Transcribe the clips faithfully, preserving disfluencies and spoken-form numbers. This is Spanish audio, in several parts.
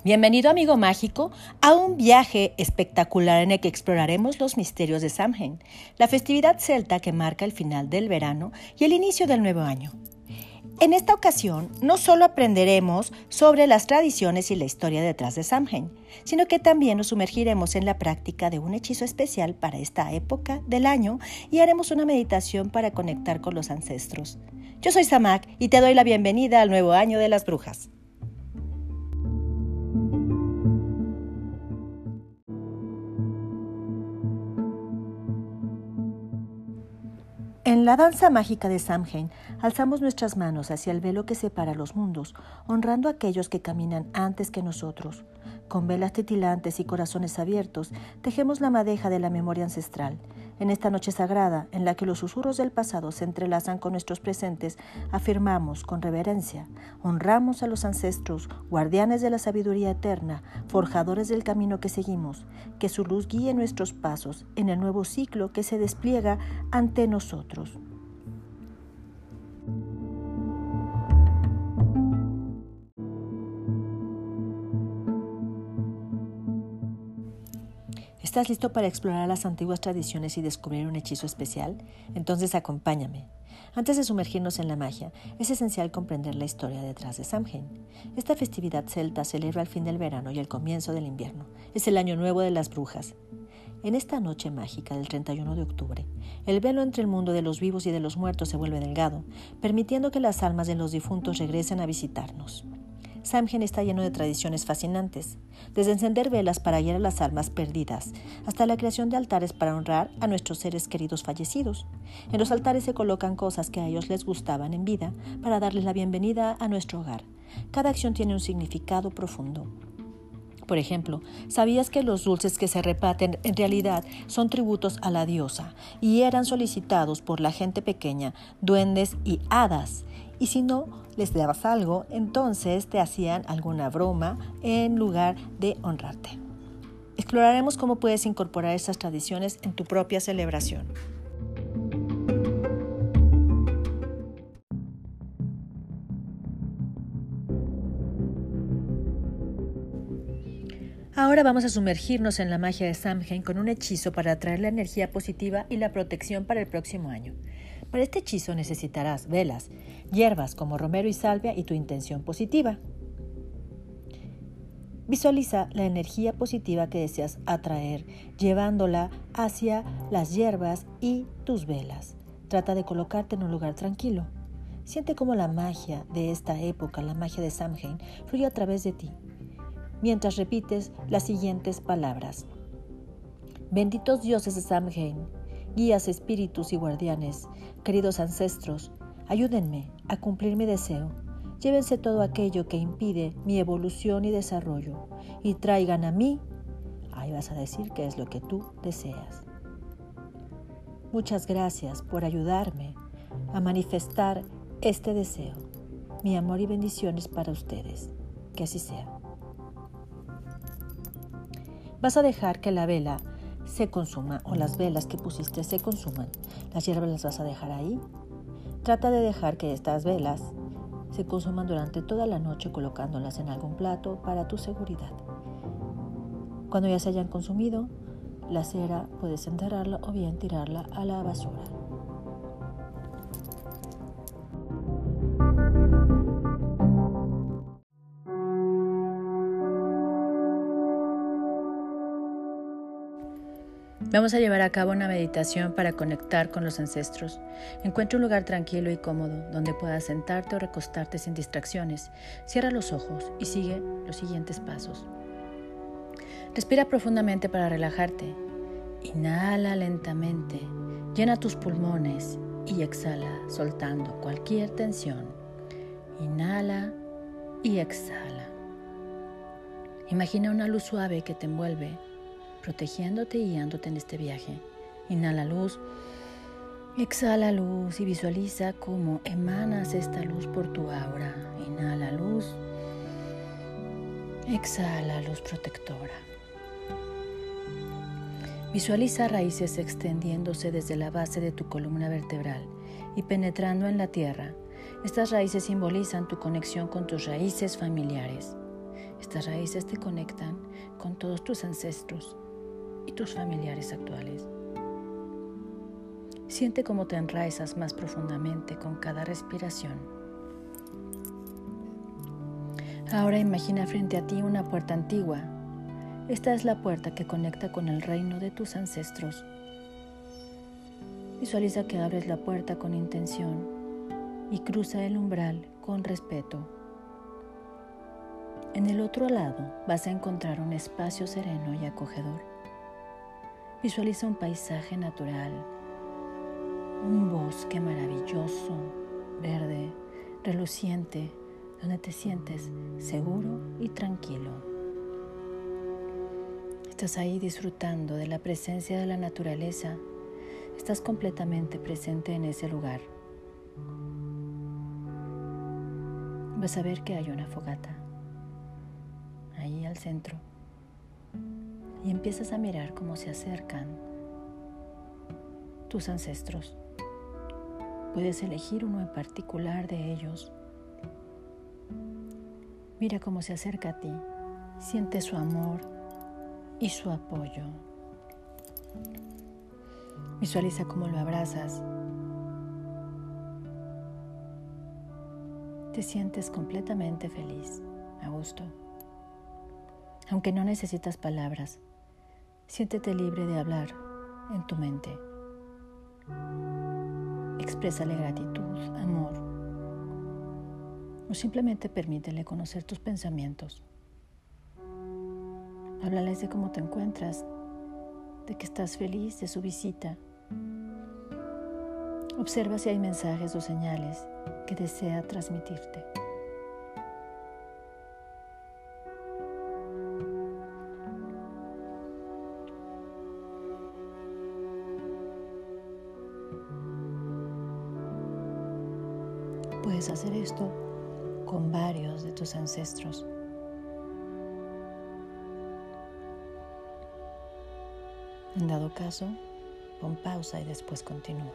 Bienvenido, amigo mágico, a un viaje espectacular en el que exploraremos los misterios de Samhain, la festividad celta que marca el final del verano y el inicio del nuevo año. En esta ocasión, no solo aprenderemos sobre las tradiciones y la historia detrás de Samhain, sino que también nos sumergiremos en la práctica de un hechizo especial para esta época del año y haremos una meditación para conectar con los ancestros. Yo soy Samak y te doy la bienvenida al nuevo año de las brujas. En la danza mágica de Samhain, alzamos nuestras manos hacia el velo que separa los mundos, honrando a aquellos que caminan antes que nosotros. Con velas titilantes y corazones abiertos, tejemos la madeja de la memoria ancestral. En esta noche sagrada, en la que los susurros del pasado se entrelazan con nuestros presentes, afirmamos con reverencia: honramos a los ancestros, guardianes de la sabiduría eterna, forjadores del camino que seguimos, que su luz guíe nuestros pasos en el nuevo ciclo que se despliega ante nosotros. ¿Estás listo para explorar las antiguas tradiciones y descubrir un hechizo especial? Entonces acompáñame. Antes de sumergirnos en la magia, es esencial comprender la historia detrás de Samhain. Esta festividad celta celebra el fin del verano y el comienzo del invierno. Es el año nuevo de las brujas. En esta noche mágica del treinta y uno de octubre, el velo entre el mundo de los vivos y de los muertos se vuelve delgado, permitiendo que las almas de los difuntos regresen a visitarnos. Samhain está lleno de tradiciones fascinantes, desde encender velas para guiar a las almas perdidas, hasta la creación de altares para honrar a nuestros seres queridos fallecidos. En los altares se colocan cosas que a ellos les gustaban en vida para darles la bienvenida a nuestro hogar. Cada acción tiene un significado profundo. Por ejemplo, ¿sabías que los dulces que se reparten en realidad son tributos a la diosa y eran solicitados por la gente pequeña, duendes y hadas? Y si no les dabas algo, entonces te hacían alguna broma en lugar de honrarte. Exploraremos cómo puedes incorporar estas tradiciones en tu propia celebración. Ahora vamos a sumergirnos en la magia de Samhain con un hechizo para atraer la energía positiva y la protección para el próximo año. Para este hechizo necesitarás velas, hierbas como romero y salvia y tu intención positiva. Visualiza la energía positiva que deseas atraer, llevándola hacia las hierbas y tus velas. Trata de colocarte en un lugar tranquilo. Siente cómo la magia de esta época, la magia de Samhain, fluye a través de ti, mientras repites las siguientes palabras. Benditos dioses de Samhain, guías, espíritus y guardianes, queridos ancestros, ayúdenme a cumplir mi deseo. Llévense todo aquello que impide mi evolución y desarrollo y traigan a mí, ahí vas a decir qué es lo que tú deseas. Muchas gracias por ayudarme a manifestar este deseo. Mi amor y bendiciones para ustedes. Que así sea. Vas a dejar que la vela se consuma o las velas que pusiste se consuman. Las hierbas las vas a dejar ahí. Trata de dejar que estas velas se consuman durante toda la noche colocándolas en algún plato para tu seguridad. Cuando ya se hayan consumido, la cera puedes enterrarla o bien tirarla a la basura. Vamos a llevar a cabo una meditación para conectar con los ancestros. Encuentra un lugar tranquilo y cómodo donde puedas sentarte o recostarte sin distracciones. Cierra los ojos y sigue los siguientes pasos. Respira profundamente para relajarte. Inhala lentamente, llena tus pulmones y exhala soltando cualquier tensión. Inhala y exhala. Imagina una luz suave que te envuelve, protegiéndote y guiándote en este viaje. Inhala luz, exhala luz y visualiza cómo emanas esta luz por tu aura. Inhala luz, exhala luz protectora. Visualiza raíces extendiéndose desde la base de tu columna vertebral y penetrando en la tierra. Estas raíces simbolizan tu conexión con tus raíces familiares. Estas raíces te conectan con todos tus ancestros y tus familiares actuales. Siente cómo te enraizas más profundamente con cada respiración. Ahora imagina frente a ti una puerta antigua. Esta es la puerta que conecta con el reino de tus ancestros. Visualiza que abres la puerta con intención y cruza el umbral con respeto. En el otro lado vas a encontrar un espacio sereno y acogedor. Visualiza un paisaje natural, un bosque maravilloso, verde, reluciente, donde te sientes seguro y tranquilo. Estás ahí disfrutando de la presencia de la naturaleza. Estás completamente presente en ese lugar. Vas a ver que hay una fogata ahí al centro y empiezas a mirar cómo se acercan tus ancestros. Puedes elegir uno en particular de ellos. Mira cómo se acerca a ti. Siente su amor y su apoyo. Visualiza cómo lo abrazas. Te sientes completamente feliz, a gusto. Aunque no necesitas palabras, siéntete libre de hablar en tu mente. Exprésale gratitud, amor, o simplemente permítele conocer tus pensamientos. Háblales de cómo te encuentras, de que estás feliz de su visita. Observa si hay mensajes o señales que desea transmitirte. Puedes hacer esto con varios de tus ancestros. En dado caso, pon pausa y después continúa.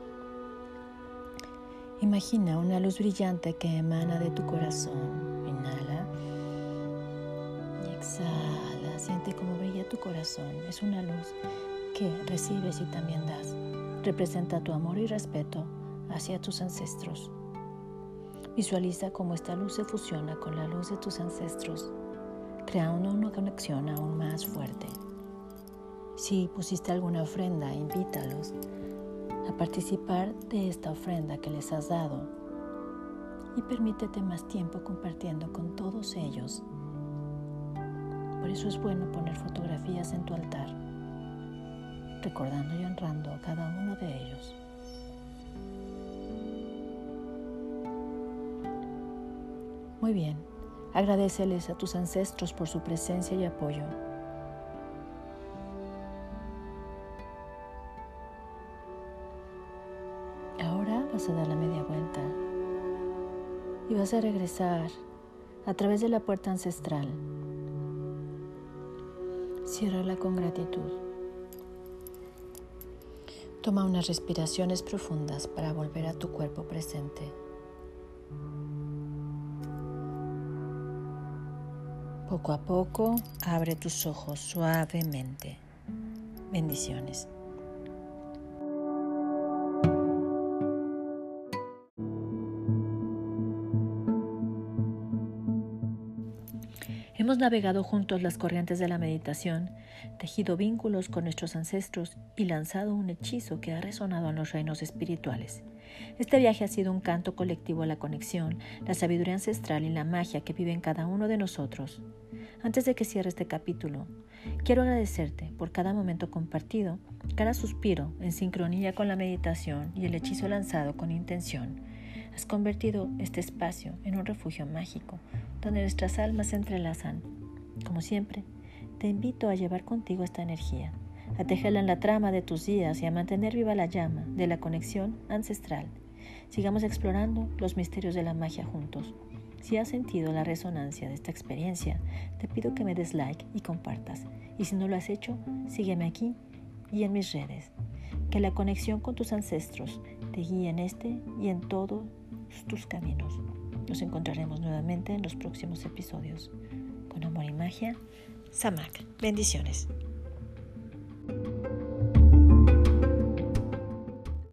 Imagina una luz brillante que emana de tu corazón. Inhala y exhala. Siente cómo brilla tu corazón. Es una luz que recibes y también das. Representa tu amor y respeto hacia tus ancestros. Visualiza cómo esta luz se fusiona con la luz de tus ancestros, creando una conexión aún más fuerte. Si pusiste alguna ofrenda, invítalos a participar de esta ofrenda que les has dado y permítete más tiempo compartiendo con todos ellos. Por eso es bueno poner fotografías en tu altar, recordando y honrando a cada uno de ellos. Muy bien, agradéceles a tus ancestros por su presencia y apoyo. Ahora vas a dar la media vuelta y vas a regresar a través de la puerta ancestral. Ciérrala con gratitud. Toma unas respiraciones profundas para volver a tu cuerpo presente. Poco a poco, abre tus ojos suavemente. Bendiciones. Hemos navegado juntos las corrientes de la meditación, tejido vínculos con nuestros ancestros y lanzado un hechizo que ha resonado en los reinos espirituales. Este viaje ha sido un canto colectivo a la conexión, la sabiduría ancestral y la magia que vive en cada uno de nosotros. Antes de que cierre este capítulo, quiero agradecerte por cada momento compartido, cada suspiro en sincronía con la meditación y el hechizo lanzado con intención. Has convertido este espacio en un refugio mágico, donde nuestras almas se entrelazan. Como siempre, te invito a llevar contigo esta energía, a tejerla en la trama de tus días y a mantener viva la llama de la conexión ancestral. Sigamos explorando los misterios de la magia juntos. Si has sentido la resonancia de esta experiencia, te pido que me des like y compartas. Y si no lo has hecho, sígueme aquí y en mis redes. Que la conexión con tus ancestros te guíe en este y en todos tus caminos. Nos encontraremos nuevamente en los próximos episodios. Con amor y magia, Samak. Bendiciones.